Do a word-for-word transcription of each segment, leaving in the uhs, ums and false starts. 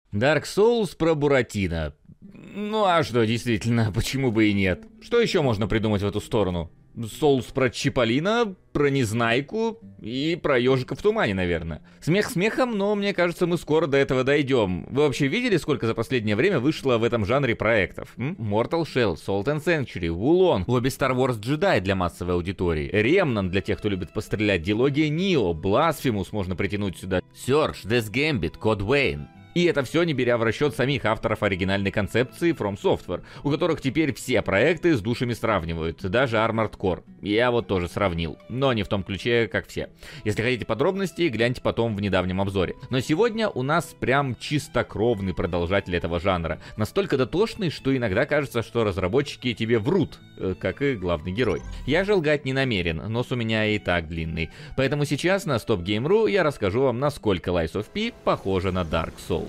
Dark Souls про Буратино. Ну а что, действительно, почему бы и нет? Что еще можно придумать в эту сторону? Соус про Чиполлино, про Незнайку и про ежика в тумане, наверное. Смех смехом, но мне кажется, мы скоро до этого дойдем. Вы вообще видели, сколько за последнее время вышло в этом жанре проектов? М? Mortal Shell, Salt and Sanctuary, Wulong, лобби Star Wars Jedi для массовой аудитории, Remnant для тех, кто любит пострелять, дилогия Nioh, Blasphemous можно притянуть сюда, Surge, Death Gambit, Code Vein. И это все не беря в расчет самих авторов оригинальной концепции From Software, у которых теперь все проекты с душами сравнивают, даже Armored Core. Я вот тоже сравнил, но не в том ключе, как все. Если хотите подробностей, гляньте потом в недавнем обзоре. Но сегодня у нас прям чистокровный продолжатель этого жанра. Настолько дотошный, что иногда кажется, что разработчики тебе врут, как и главный герой. Я же лгать не намерен, нос у меня и так длинный. Поэтому сейчас на Stop Game точка ру я расскажу вам, насколько Lies of P похожа на Dark Souls.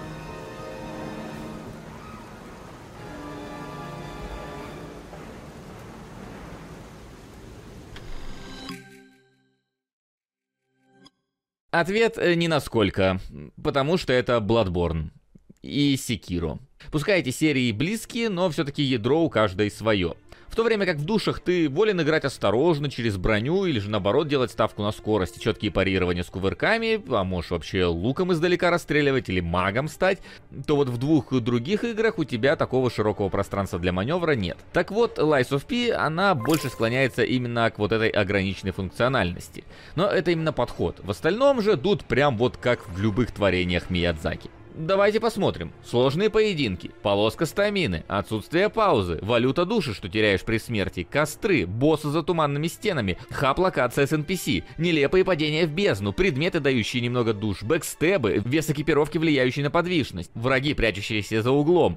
Ответ не насколько, потому что это Bloodborne и Sekiro. Пускай эти серии близкие, но все-таки ядро у каждой свое. В то время как в душах ты волен играть осторожно, через броню, или же наоборот делать ставку на скорость и четкие парирования с кувырками, а можешь вообще луком издалека расстреливать или магом стать, то вот в двух других играх у тебя такого широкого пространства для маневра нет. Так вот, Lies of P, она больше склоняется именно к вот этой ограниченной функциональности. Но это именно подход. В остальном же тут прям вот как в любых творениях Миядзаки. Давайте посмотрим. Сложные поединки, полоска стамины, отсутствие паузы, валюта души, что теряешь при смерти, костры, боссы за туманными стенами, хаб-локация с эн пи си, нелепые падения в бездну, предметы, дающие немного душ, бэкстебы, вес экипировки, влияющий на подвижность, враги, прячущиеся за углом.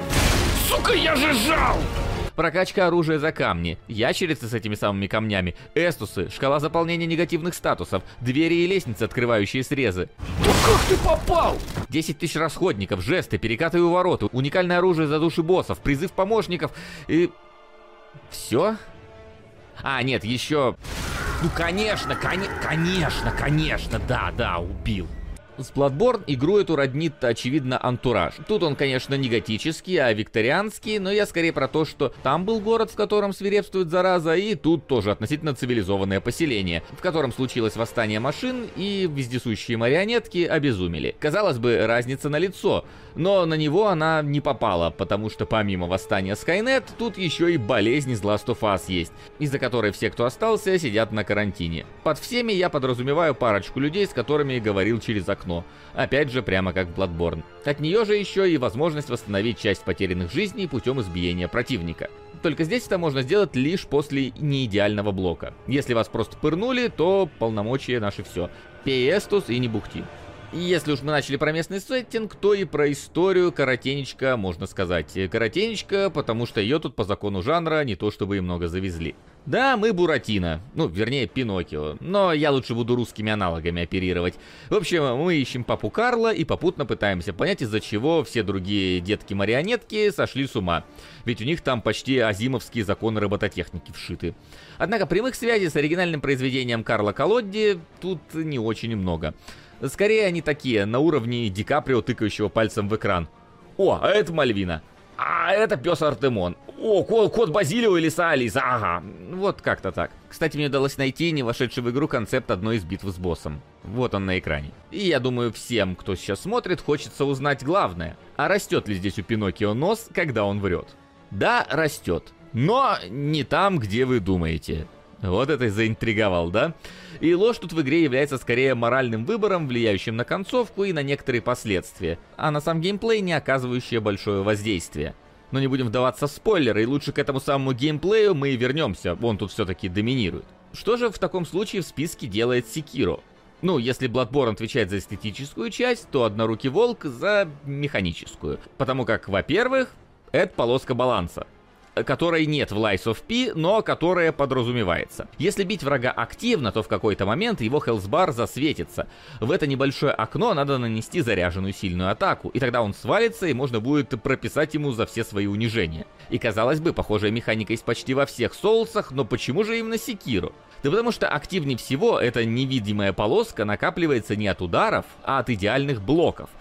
Сука, я же жал! Прокачка оружия за камни, ящерицы с этими самыми камнями, эстусы, шкала заполнения негативных статусов, двери и лестницы, открывающие срезы. Да как ты попал? десять тысяч расходников, жесты, перекаты у ворот, уникальное оружие за души боссов, призыв помощников и... Все? А, нет, еще... Ну, конечно, коне... конечно, конечно, да, да, убил. С Bloodborne игру эту роднит, очевидно, антураж. Тут он, конечно, не готический, а викторианский, но я скорее про то, что там был город, в котором свирепствует зараза, и тут тоже относительно цивилизованное поселение, в котором случилось восстание машин, и вездесущие марионетки обезумели. Казалось бы, разница налицо, но на него она не попала, потому что помимо восстания Skynet, тут еще и болезнь из Last of Us есть, из-за которой все, кто остался, сидят на карантине. Под всеми я подразумеваю парочку людей, с которыми говорил через окно. Опять же, прямо как в Bloodborne. От нее же еще и возможность восстановить часть потерянных жизней путем избиения противника. Только здесь это можно сделать лишь после неидеального блока. Если вас просто пырнули, то полномочия наши все. Пей эстус и не бухти. И если уж мы начали про местный сеттинг, то и про историю коротенечко можно сказать. Коротенечко, потому что ее тут по закону жанра не то чтобы и много завезли. Да, мы Буратино, ну, вернее, Пиноккио, но я лучше буду русскими аналогами оперировать. В общем, мы ищем папу Карла и попутно пытаемся понять, из-за чего все другие детки-марионетки сошли с ума. Ведь у них там почти азимовские законы робототехники вшиты. Однако прямых связей с оригинальным произведением Карла Колодди тут не очень много. Скорее они такие, на уровне Ди Каприо, тыкающего пальцем в экран. О, а это Мальвина. А это пес Артемон. О, кот, кот Базилио и лиса Алиса. Ага, вот как-то так. Кстати, мне удалось найти не вошедший в игру концепт одной из битв с боссом. Вот он на экране. И я думаю, всем, кто сейчас смотрит, хочется узнать главное. А растет ли здесь у Пиноккио нос, когда он врет? Да, растет. Но не там, где вы думаете. Вот это и заинтриговал, да? И ложь тут в игре является скорее моральным выбором, влияющим на концовку и на некоторые последствия, а на сам геймплей не оказывающее большое воздействие. Но не будем вдаваться в спойлеры, и лучше к этому самому геймплею мы и вернемся, он тут все-таки доминирует. Что же в таком случае в списке делает Sekiro? Ну, если Bloodborne отвечает за эстетическую часть, то Однорукий Волк за механическую. Потому как, во-первых, это полоска баланса, которой нет в Lies of P, но которая подразумевается. Если бить врага активно, то в какой-то момент его хелсбар засветится. В это небольшое окно надо нанести заряженную сильную атаку, и тогда он свалится, и можно будет прописать ему за все свои унижения. И казалось бы, похожая механика есть почти во всех соусах, но почему же именно Sekiro? Да потому что активнее всего эта невидимая полоска накапливается не от ударов, а от идеальных блоков.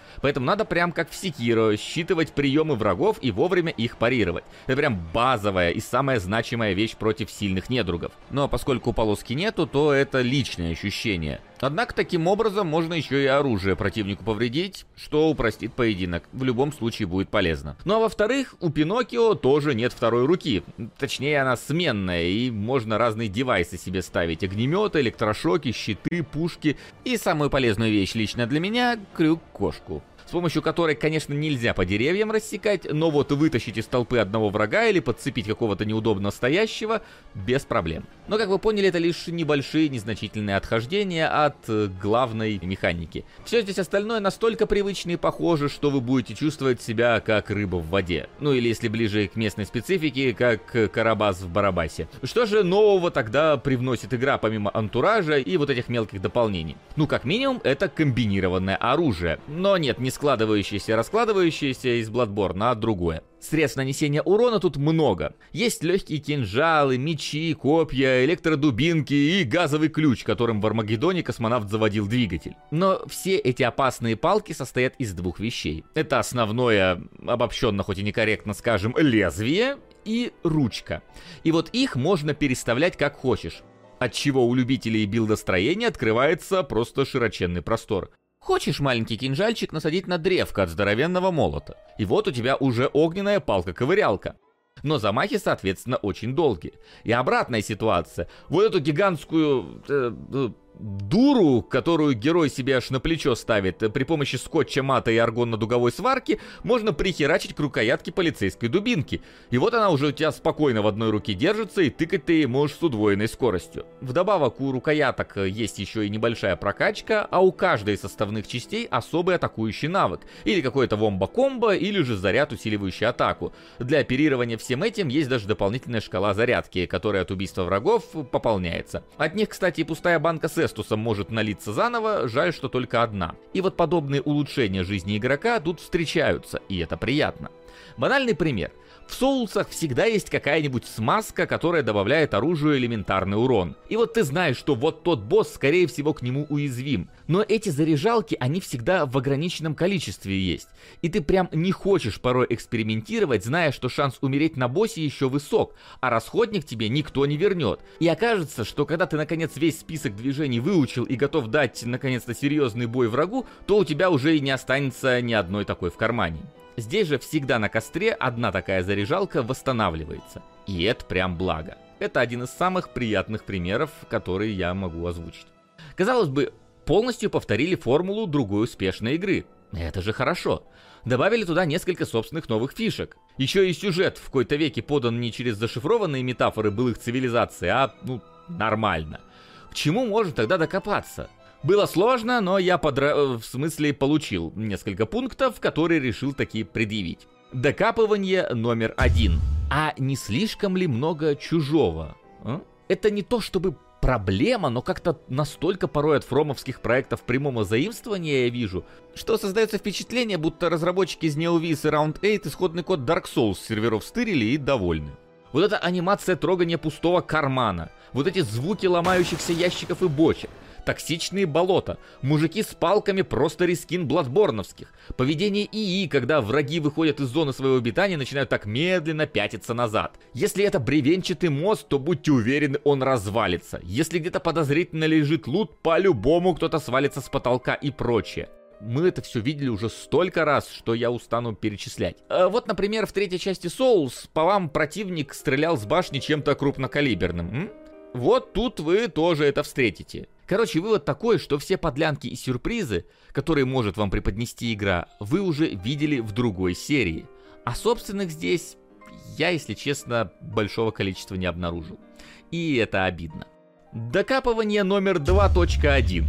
Поэтому надо прям как в Секиро считывать приемы врагов и вовремя их парировать. Это прям базовая и самая значимая вещь против сильных недругов. Но поскольку полоски нету, то это личное ощущение. Однако таким образом можно еще и оружие противнику повредить, что упростит поединок. В любом случае будет полезно. Ну а во-вторых, у Пиноккио тоже нет второй руки. Точнее, она сменная, и можно разные девайсы себе ставить. Огнеметы, электрошоки, щиты, пушки. И самую полезную вещь лично для меня — крюк-кошку. С помощью которой, конечно, нельзя по деревьям рассекать, но вот вытащить из толпы одного врага или подцепить какого-то неудобно стоящего без проблем. Но, как вы поняли, это лишь небольшие незначительные отхождения от э, главной механики. Все здесь остальное настолько привычно и похоже, что вы будете чувствовать себя как рыба в воде. Ну или, если ближе к местной специфике, как Карабас в Барабасе. Что же нового тогда привносит игра, помимо антуража и вот этих мелких дополнений? Ну, как минимум, это комбинированное оружие. Но нет, не складывающееся, раскладывающееся из Bloodborne, а другое. Средств нанесения урона тут много. Есть легкие кинжалы, мечи, копья, электродубинки и газовый ключ, которым в Армагеддоне космонавт заводил двигатель. Но все эти опасные палки состоят из двух вещей. Это основное, обобщенно, хоть и некорректно скажем, лезвие и ручка. И вот их можно переставлять как хочешь. Отчего у любителей билдостроения открывается просто широченный простор. Хочешь маленький кинжальчик насадить на древко от здоровенного молота, и вот у тебя уже огненная палка-ковырялка. Но замахи, соответственно, очень долгие. И обратная ситуация. Вот эту гигантскую э, э, дуру, которую герой себе аж на плечо ставит, при помощи скотча, мата и аргонно-дуговой сварки, можно прихерачить к рукоятке полицейской дубинки. И вот она уже у тебя спокойно в одной руке держится, и тыкать ты можешь с удвоенной скоростью. Вдобавок у рукояток есть еще и небольшая прокачка, а у каждой из составных частей особый атакующий навык. Или какое-то вомбо-комбо, или же заряд, усиливающий атаку. Для оперирования всем этим есть даже дополнительная шкала зарядки, которая от убийства врагов пополняется. От них, кстати, и пустая банка с Эстусом может налиться заново, жаль, что только одна. И вот подобные улучшения жизни игрока тут встречаются, и это приятно. Банальный пример. В Соулсах всегда есть какая-нибудь смазка, которая добавляет оружию элементарный урон. И вот ты знаешь, что вот тот босс, скорее всего, к нему уязвим. Но эти заряжалки, они всегда в ограниченном количестве есть. И ты прям не хочешь порой экспериментировать, зная, что шанс умереть на боссе еще высок, а расходник тебе никто не вернет. И окажется, что когда ты наконец весь список движений выучил и готов дать наконец-то серьезный бой врагу, то у тебя уже и не останется ни одной такой в кармане. Здесь же всегда на костре одна такая заряжалка восстанавливается. И это прям благо. Это один из самых приятных примеров, которые я могу озвучить. Казалось бы, полностью повторили формулу другой успешной игры. Это же хорошо. Добавили туда несколько собственных новых фишек. Еще и сюжет в кои-то веке подан не через зашифрованные метафоры былых цивилизаций, а, ну, нормально. К чему можно тогда докопаться? Было сложно, но я подра... в смысле получил несколько пунктов, которые решил таки предъявить. Докапывание номер один. А не слишком ли много чужого? А? Это не то чтобы проблема, но как-то настолько порой от фромовских проектов прямого заимствования я вижу, что создается впечатление, будто разработчики из NeoVis и Round восемь исходный код Dark Souls с серверов стырили и довольны. Вот эта анимация трогания пустого кармана, вот эти звуки ломающихся ящиков и бочек, токсичные болота, мужики с палками просто рескин бладборновских, поведение ИИ, когда враги выходят из зоны своего обитания и начинают так медленно пятиться назад. Если это бревенчатый мост, то будьте уверены, он развалится. Если где-то подозрительно лежит лут, по-любому кто-то свалится с потолка и прочее. Мы это все видели уже столько раз, что я устану перечислять. А вот, например, в третьей части Souls по вам противник стрелял с башни чем-то крупнокалиберным. М? Вот тут вы тоже это встретите. Короче, вывод такой, что все подлянки и сюрпризы, которые может вам преподнести игра, вы уже видели в другой серии. А собственных здесь я, если честно, большого количества не обнаружил. И это обидно. Докапывание номер два точка один.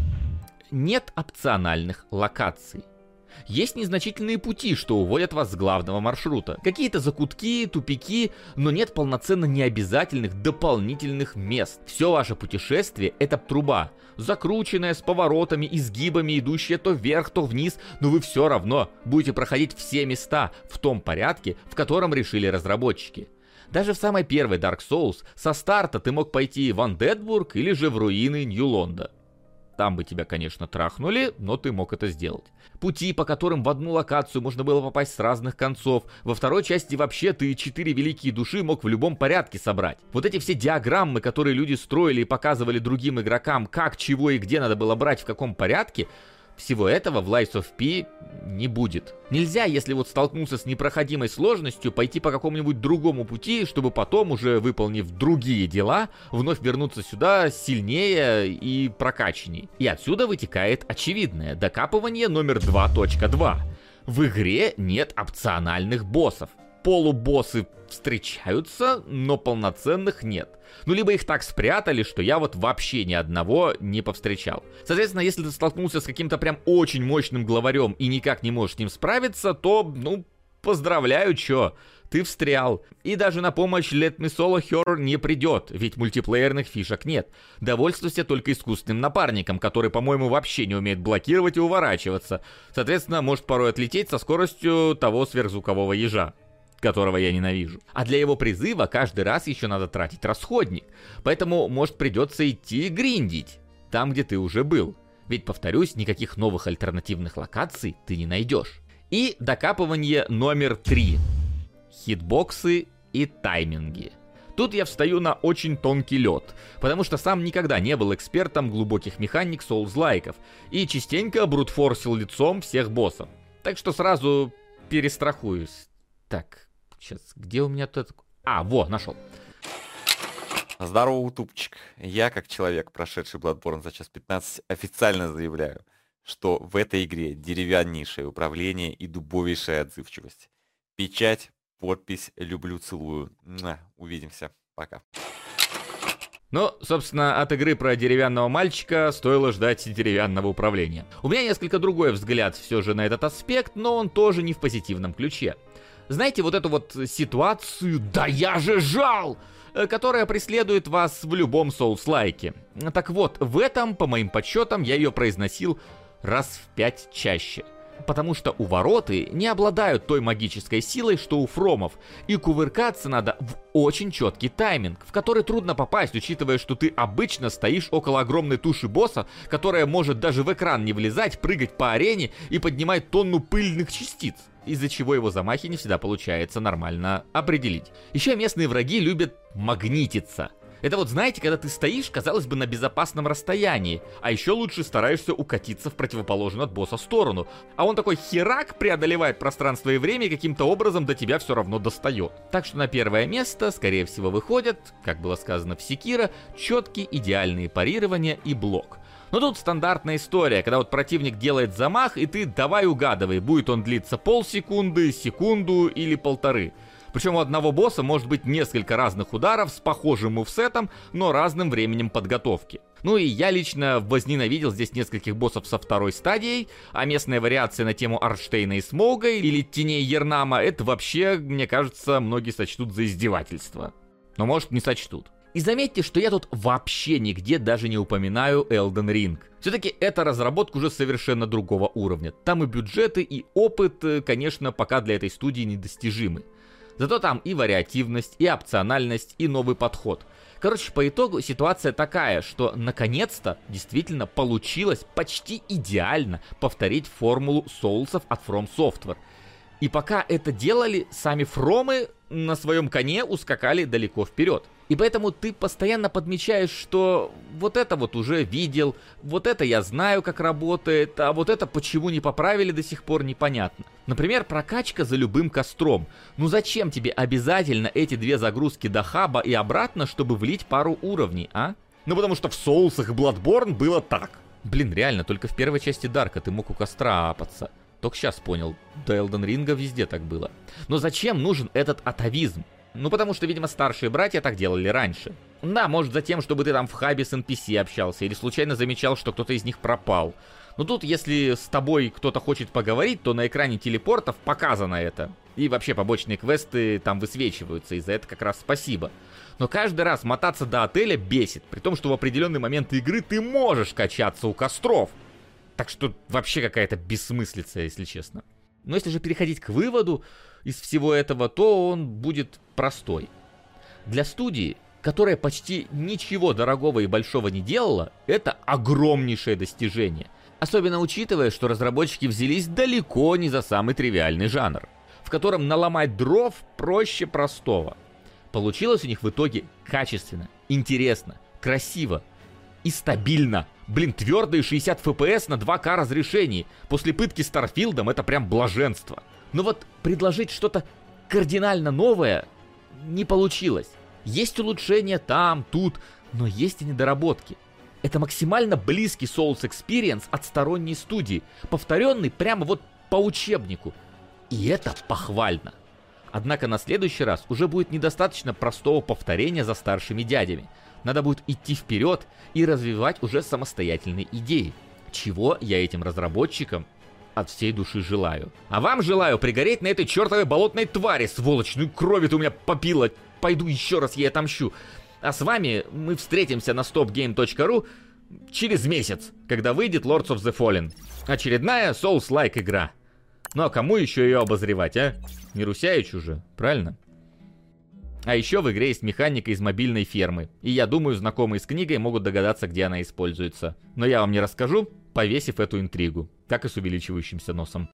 Нет опциональных локаций. Есть незначительные пути, что уводят вас с главного маршрута. Какие-то закутки, тупики, но нет полноценно необязательных дополнительных мест. Все ваше путешествие — это труба, закрученная, с поворотами, изгибами, идущая то вверх, то вниз, но вы все равно будете проходить все места в том порядке, в котором решили разработчики. Даже в самой первой Dark Souls со старта ты мог пойти в Андетбург или же в руины Нью-Лонда. там бы тебя, конечно, трахнули, но ты мог это сделать. Пути, по которым в одну локацию можно было попасть с разных концов. Во второй части вообще ты четыре великие души мог в любом порядке собрать. Вот эти все диаграммы, которые люди строили и показывали другим игрокам, как, чего и где надо было брать, в каком порядке, всего этого в Lies of P не будет. Нельзя, если вот столкнулся с непроходимой сложностью, пойти по какому-нибудь другому пути, чтобы потом, уже выполнив другие дела, вновь вернуться сюда сильнее и прокачанней. И отсюда вытекает очевидное докапывание номер два точка два. В игре нет опциональных боссов. Полубоссы встречаются, но полноценных нет. Ну, либо их так спрятали, что я вот вообще ни одного не повстречал. Соответственно, если ты столкнулся с каким-то прям очень мощным главарем и никак не можешь с ним справиться, то, ну, поздравляю, чё, ты встрял. И даже на помощь Let Me Solo Her не придет, ведь мультиплеерных фишек нет. Довольствуйся только искусственным напарником, который, по-моему, вообще не умеет блокировать и уворачиваться. Соответственно, может порой отлететь со скоростью того сверхзвукового ежа, которого я ненавижу. А для его призыва каждый раз еще надо тратить расходник. Поэтому, может, придется идти гриндить там, где ты уже был. Ведь, повторюсь, никаких новых альтернативных локаций ты не найдешь. И докапывание номер три. Хитбоксы и тайминги. Тут я встаю на очень тонкий лед, потому что сам никогда не был экспертом глубоких механик соулс-лайков и частенько брутфорсил лицом всех боссов. Так что сразу перестрахуюсь. Так, сейчас, где у меня тут... А, во, нашел. Здорово, утупчик. Я, как человек, прошедший Bloodborne за час пятнадцать, официально заявляю, что в этой игре деревяннейшее управление и дубовейшая отзывчивость. Печать, подпись, люблю, целую. Муа, увидимся. Пока. Ну, собственно, от игры про деревянного мальчика стоило ждать деревянного управления. У меня несколько другой взгляд все же на этот аспект, но он тоже не в позитивном ключе. Знаете, вот эту вот ситуацию «да я же жал!», которая преследует вас в любом соулс-лайке. Так вот, в этом, по моим подсчетам, я ее произносил раз в пять чаще. Потому что увороты не обладают той магической силой, что у фромов, и кувыркаться надо в очень четкий тайминг, в который трудно попасть, учитывая, что ты обычно стоишь около огромной туши босса, которая может даже в экран не влезать, прыгать по арене и поднимать тонну пыльных частиц, из-за чего его замахи не всегда получается нормально определить. Еще местные враги любят магнититься. Это вот, знаете, когда ты стоишь, казалось бы, на безопасном расстоянии, а еще лучше стараешься укатиться в противоположную от босса сторону, а он такой херак преодолевает пространство и время и каким-то образом до тебя все равно достает. Так что на первое место, скорее всего, выходят, как было сказано в Sekiro, четкие идеальные парирования и блок. Но тут стандартная история, когда вот противник делает замах, и ты давай угадывай, будет он длиться полсекунды, секунду или полторы. Причем у одного босса может быть несколько разных ударов с похожим мувсетом, но разным временем подготовки. Ну и я лично возненавидел здесь нескольких боссов со второй стадией, а местная вариация на тему Арштейна и Смоуга или Теней Ернама, это вообще, мне кажется, многие сочтут за издевательство. Но может не сочтут. И заметьте, что я тут вообще нигде даже не упоминаю Elden Ring. Все-таки эта разработка уже совершенно другого уровня. Там и бюджеты, и опыт, конечно, пока для этой студии недостижимы. Зато там и вариативность, и опциональность, и новый подход. Короче, по итогу ситуация такая, что наконец-то действительно получилось почти идеально повторить формулу соулсов от From Software. И пока это делали, сами фромы на своем коне ускакали далеко вперед. И поэтому ты постоянно подмечаешь, что вот это вот уже видел, вот это я знаю, как работает, а вот это почему не поправили до сих пор непонятно. Например, прокачка за любым костром. Ну зачем тебе обязательно эти две загрузки до хаба и обратно, чтобы влить пару уровней, а? Ну потому что в соулсах и Bloodborne было так. Блин, реально, только в первой части Дарка ты мог у костра апаться. Только сейчас понял, до Elden Ring везде так было. Но зачем нужен этот атовизм? Ну потому что, видимо, старшие братья так делали раньше. Да, может за тем, чтобы ты там в хабе с эн пи си общался, или случайно замечал, что кто-то из них пропал. Но тут, если с тобой кто-то хочет поговорить, то на экране телепортов показано это. И вообще побочные квесты там высвечиваются, и за это как раз спасибо. Но каждый раз мотаться до отеля бесит, при том, что в определенный момент игры ты можешь качаться у костров. Так что вообще какая-то бессмыслица, если честно. Но если же переходить к выводу из всего этого, то он будет простой. Для студии которая почти ничего дорогого и большого не делала, это огромнейшее достижение. Особенно учитывая, что разработчики взялись далеко не за самый тривиальный жанр, в котором наломать дров проще простого. Получилось у них в итоге качественно, интересно, красиво и стабильно. Блин, твердые шестьдесят эф пи эс на два ка разрешении. После пытки Старфилдом это прям блаженство. Но вот предложить что-то кардинально новое не получилось. Есть улучшения там, тут, но есть и недоработки. Это максимально близкий Souls Experience от сторонней студии, повторенный прямо вот по учебнику. И это похвально. Однако на следующий раз уже будет недостаточно простого повторения за старшими дядями. Надо будет идти вперед и развивать уже самостоятельные идеи. Чего я этим разработчикам от всей души желаю. А вам желаю пригореть на этой чертовой болотной твари, сволочь, ну крови-то у меня попила. Пойду еще раз ей отомщу. А с вами мы встретимся на стоп гейм точка ру через месяц, когда выйдет Lords of the Fallen. Очередная Souls-like игра. Ну а кому еще ее обозревать, а? Не Русяич уже, правильно? А еще в игре есть механика из мобильной фермы. И я думаю, знакомые с книгой могут догадаться, где она используется. Но я вам не расскажу, повесив эту интригу. Так и с увеличивающимся носом.